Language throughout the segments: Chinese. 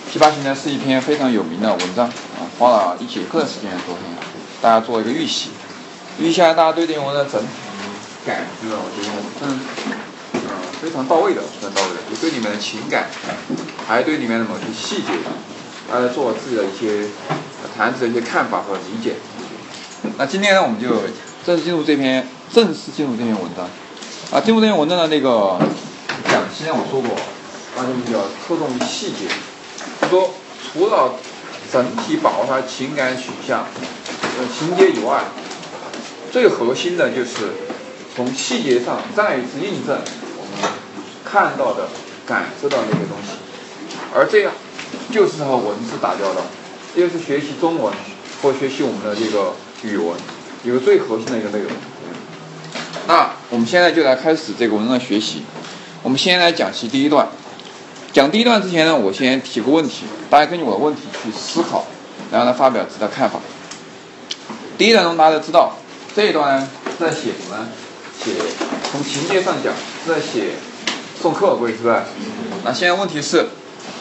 批八型呢是一篇非常有名的文章啊，花了1节课的时间昨天大家做一个预习，预习下来大家对这篇文章整体感知我觉得非常到位的，就对里面的情感，还对里面的某些细节，大家做自己的一些谈自己的一些看法和理解。那今天呢，我们就正式进入这篇文章啊。进入这篇文章的那个讲期呢，我说过，那就比较侧重于细节。就说除了整体把握它的情感取向、情节以外，最核心的就是从细节上再一次印证我们看到的、感受到那些东西，而这样就是和文字打交道，这就是学习中文或学习我们的这个语文一个最核心的一个内容。那我们现在就来开始这个文章的学习。我们先来讲其第一段。讲第一段之前呢，我先提个问题，大家根据我的问题去思考，然后呢发表自己的看法。第一段中大家都知道，这一段呢是在写什么呢？写从情节上讲是在写送客，各位是不是？那现在问题是，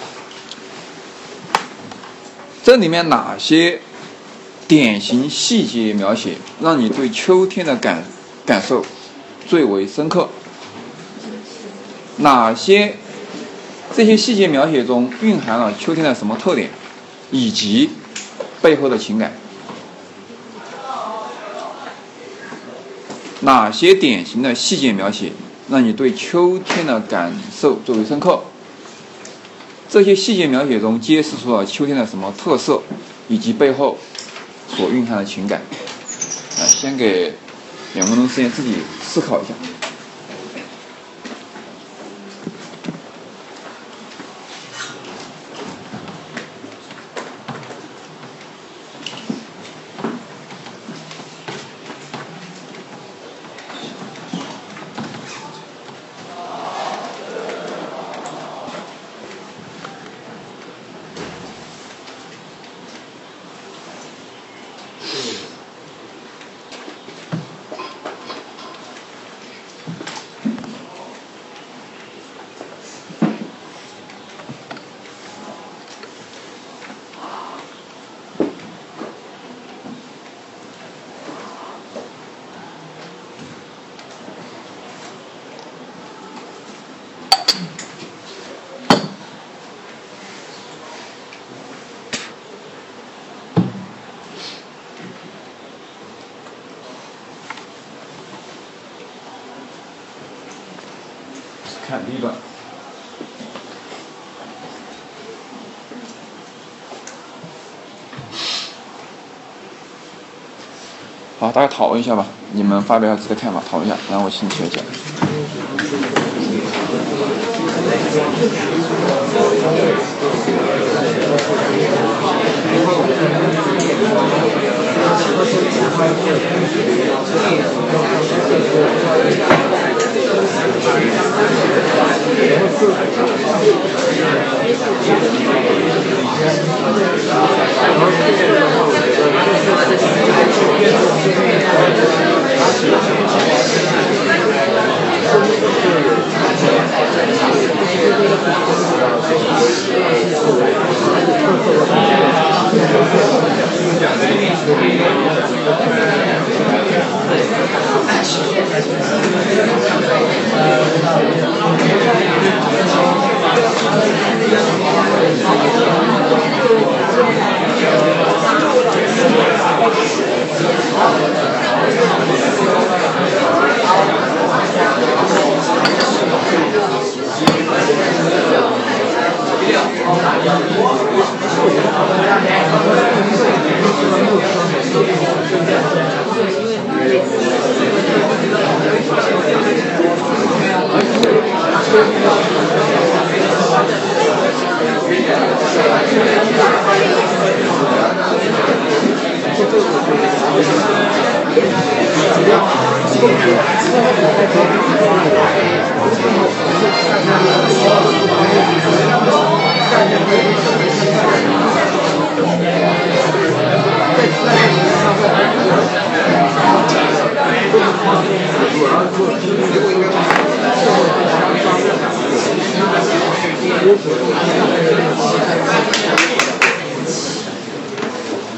这里面哪些典型细节描写让你对秋天的感受最为深刻？哪些这些细节描写中蕴含了秋天的什么特点，以及背后的情感？哪些典型的细节描写让你对秋天的感受最为深刻？这些细节描写中揭示出了秋天的什么特色，以及背后所蕴含的情感？先给2分钟时间自己思考一下。看第一段。好，大家讨论一下吧，你们发表一下自己的看法，讨论一下，然后我请你学一下。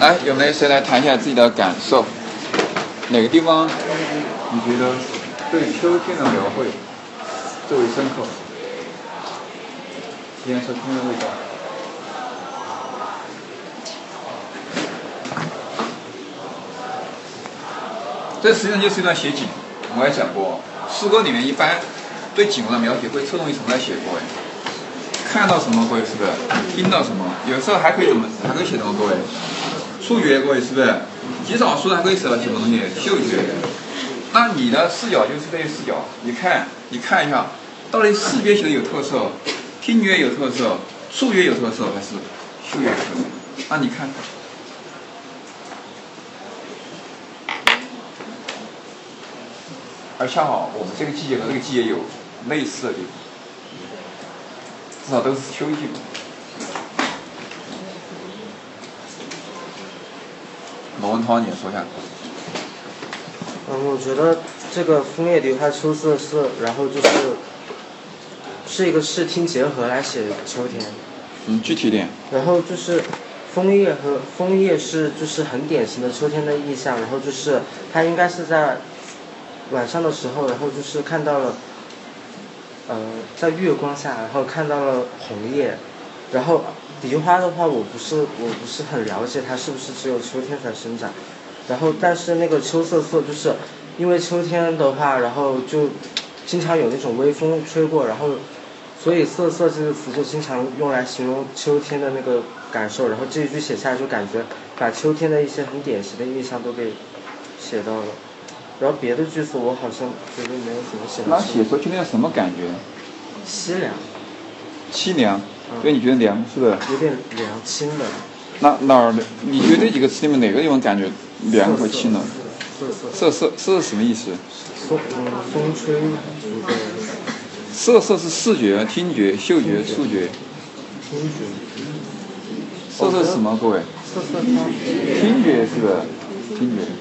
来，有没有谁来谈一下自己的感受？哪个地方你觉得对秋天的描绘最为深刻？体验秋天的味道。这实际上就是一段写景，我也讲过，诗歌里面一般对景物的描写会侧重于什么来写？各位，看到什么？各位是不是？听到什么？有时候还可以写什么？各位，触觉，各位是不是？极少数还可以写什么东西？嗅觉。那你的视角就是这些视角，你看一下，到底视觉写的有特色，听觉有特色，触觉有特色，还是嗅觉有特色？那你看。而恰好我们这个季节和这个季节有类似的地方，至少都是秋季。罗文涛，你说一下。 我觉得这个枫叶梨花秋瑟瑟，然后是一个视听结合来写秋天。 具体点。 然后就是枫叶是就是很典型的秋天的意象，然后就是它应该是在晚上的时候，然后就是看到了，在月光下，然后看到了红叶，然后梨花的话，我不是很了解它是不是只有秋天才生长，然后但是那个秋瑟瑟就是因为秋天的话，然后就经常有那种微风吹过，然后所以瑟瑟这个词就经常用来形容秋天的那个感受，然后这一句写下来就感觉把秋天的一些很典型的印象都给写到了。然后别的句子我好像觉得没有怎么写。 那写出秋天什么感觉？ 凄凉。 凄凉，对，你觉得凉是不是？ 有点凉，清冷。 哪儿？你觉得这几个词里面哪个地方感觉凉和清冷？瑟是什么意思？ 风吹瑟是视觉、听觉、嗅觉、触觉。 听觉。 瑟是什么？各位？听觉是不是？听觉。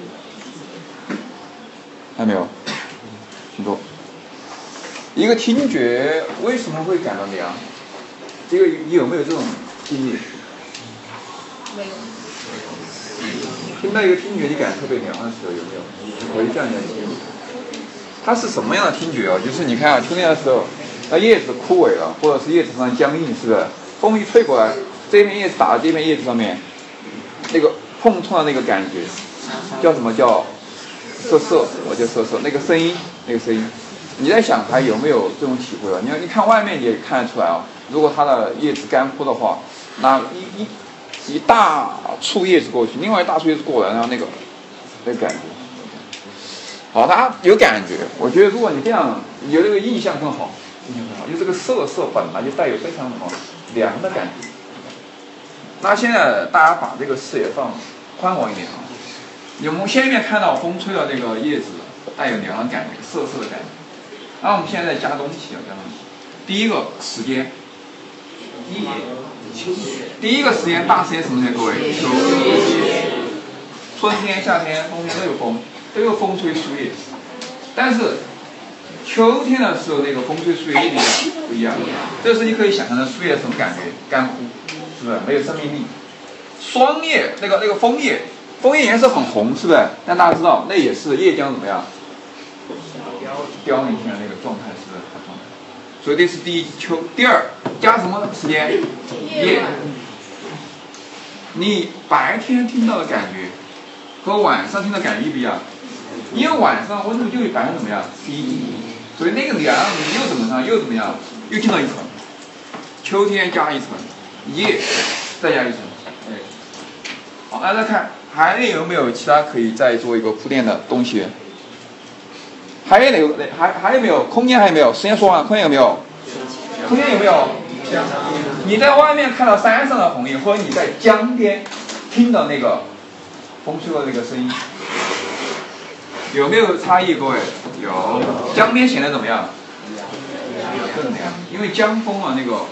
还没有，请坐。一个听觉为什么会感到凉？这个你有没有这种经历？ 没有。 听到一个听觉你感特别凉的时候有没有？回想一下经历。它是什么样的听觉啊？就是你看啊，秋天的时候，那叶子枯萎了，或者是叶子上僵硬，是不是？风一吹过来，这片叶子打在这片叶子上面，那个碰撞的那个感觉，叫什么叫？瑟，我就瑟，那个声音，你在想还有没有这种体会啊？你看外面你也看得出来啊。如果它的叶子干枯的话，那一大簇叶子过去，另外一大簇叶子过来，然后那个感觉，好，它有感觉。我觉得如果你这样有这个印象更好，因为这个瑟本来就带有非常凉的感觉。那现在大家把这个视野放宽广一点啊。我们前面看到风吹的那个叶子带有凉的感觉，瑟的感觉。那我们现在加东西啊，加东西。第一个时间，第一个时间大时间什么时间？各位，秋天、春天、夏天、冬天都有风吹树叶。但是秋天的时候，那个风吹树叶一点不一样。这时你可以想象的树叶什么感觉？干枯，是不是没有生命力？霜叶，那个枫叶颜色很红，是不是？但大家知道，那也是叶将怎么样？凋零的那个状态，是不是？所以这是第一秋。第二，加什么时间？夜。你白天听到的感觉和晚上听的感觉一不一样？因为晚上温度就比白天怎么样低，所以那个凉你又怎么样？又进到一层。秋天加一层，夜再加一层。好，大家看。还有没有其他可以再做一个铺垫的东西？还有没有？空间还有没有？时间说完，空间有没有？空间有没有？你在外面看到山上的红叶，和你在江边听到那个风吹的那个声音，有没有差异？各位，有。江边显得怎么样？更凉，因为江风啊，那个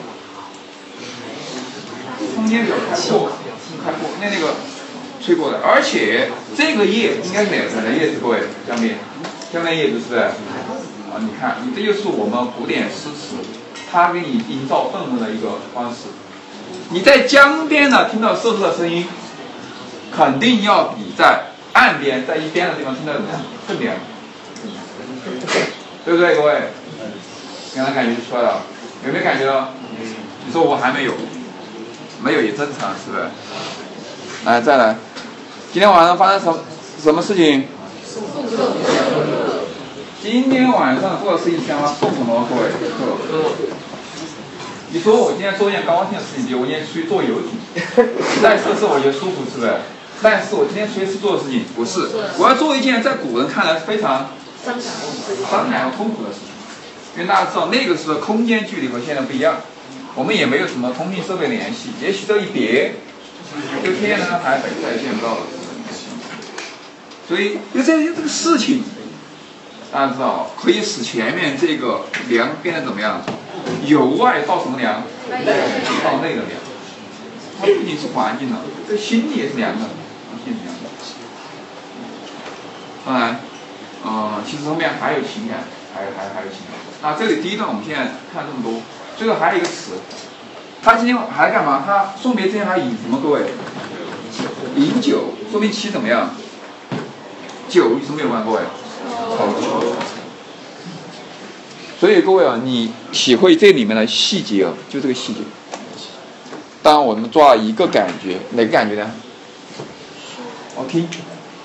空间比较开阔，那个。吹过来，而且这个叶应该是哪个叶子？各位，江边叶子是不是？啊，你看，这就是我们古典诗词，它给你营造氛围的一个方式。你在江边呢听到瑟瑟的声音， 肯定要比在岸边在一边的地方听到怎么样更凉，对不对，各位？刚才感觉就出来了，有没有感觉到？你说我还没有，没有也正常，是不是？来，再来，今天晚上发生什么事情？今天晚上做的事情像送什么？各位，课。你说我今天做一件高兴的事情，比如我今天出去坐游艇，在设施我觉得舒服，是不是？但是我今天出去做的事情不是，我要做一件在古人看来非常伤感和痛苦的事情，因为大家知道那个时候空间距离和现在不一样，我们也没有什么通讯设备联系，也许这一别，就天南海北再见不到了。所以就这个事情，大家知道可以使前面这个凉变得怎么样？由外到什么凉？到内的凉。它不仅是环境了，这心里也是凉的，心是凉的。当然，其实后面还有情感，还有情感。那这里第一段我们现在看这么多，最后还有一个词，他今天还干嘛？他送别之前还饮什么？各位，饮酒，说明其怎么样？酒与什么有关？各位，所以各位啊，你体会这里面的细节啊，就这个细节。当然，我们抓一个感觉，哪个感觉呢？听住。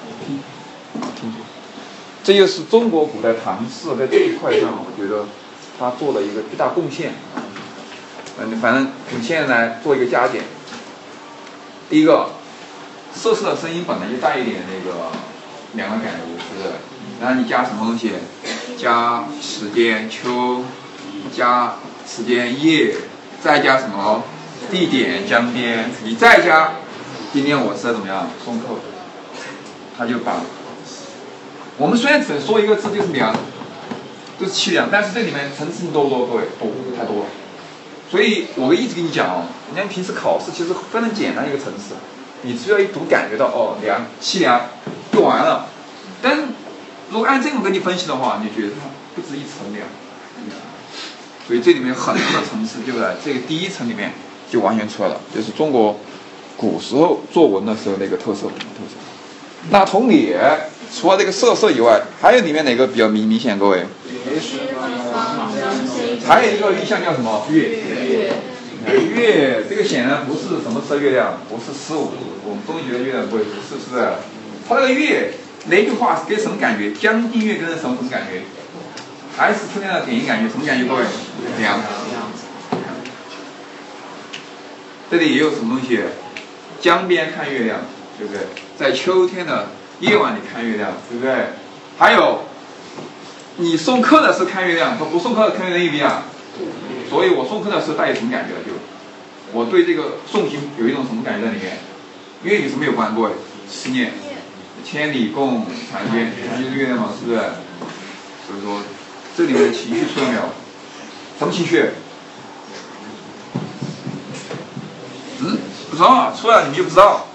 这就是中国古代唐诗在这一块上，我觉得他做了一个巨大贡献。反正你现在来做一个加减。第一个，瑟瑟的声音本来就带一点那个凉的感觉，是不是？然后你加什么东西？加时间秋，加时间夜，再加什么地点江边，你再加今天我是怎么样送客，他就把我们虽然只说一个字就是凉，就是凄凉，但是这里面层次多不多？各位，多，太多了。所以我一直跟你讲哦，人家平时考试其实非常简单一个层次，你只要一读感觉到哦凉凄凉就完了。但是如果按这种跟你分析的话，你就觉得它不止一层凉。所以这里面很多的层次就在这个第一层里面就完全出来了，就是中国古时候作文的时候那个特色。那从脸除了这个色以外，还有里面哪个比较明显？各位，还有一个意象叫什么？月，这个显然不是什么时候月亮，不是15，我们中医觉得月亮不会是不是？它这个月那句话给什么感觉？将近月跟什么感觉？还是出现了典型感觉，什么感觉？各位，凉。这里也有什么东西？江边看月亮，对不对？在秋天的夜晚里看月亮，对不对？还有，你送客的是看月亮，和不送客的看月亮一不一样？所以我送客的时候带有什么感觉？就我对这个送行有一种什么感觉在里面？因为与什么有关？各位，思念，千里共婵娟，婵娟是月亮嘛，是不是？所以说，这里面的情绪出了没有？什么情绪？不知道，出来了你们就不知道。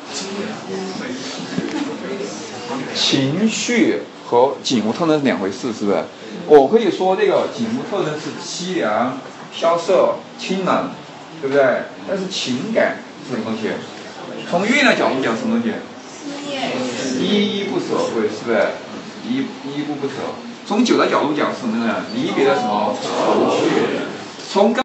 情绪和景物特征是两回事，是不是？我可以说这个景物特征是凄凉、萧瑟、清冷，对不对？但是情感是什么东西？从月亮角度讲，什么东西？依依不舍，对，是不是？依依不舍。从酒的角度讲是什么呢？离别的什么愁绪？从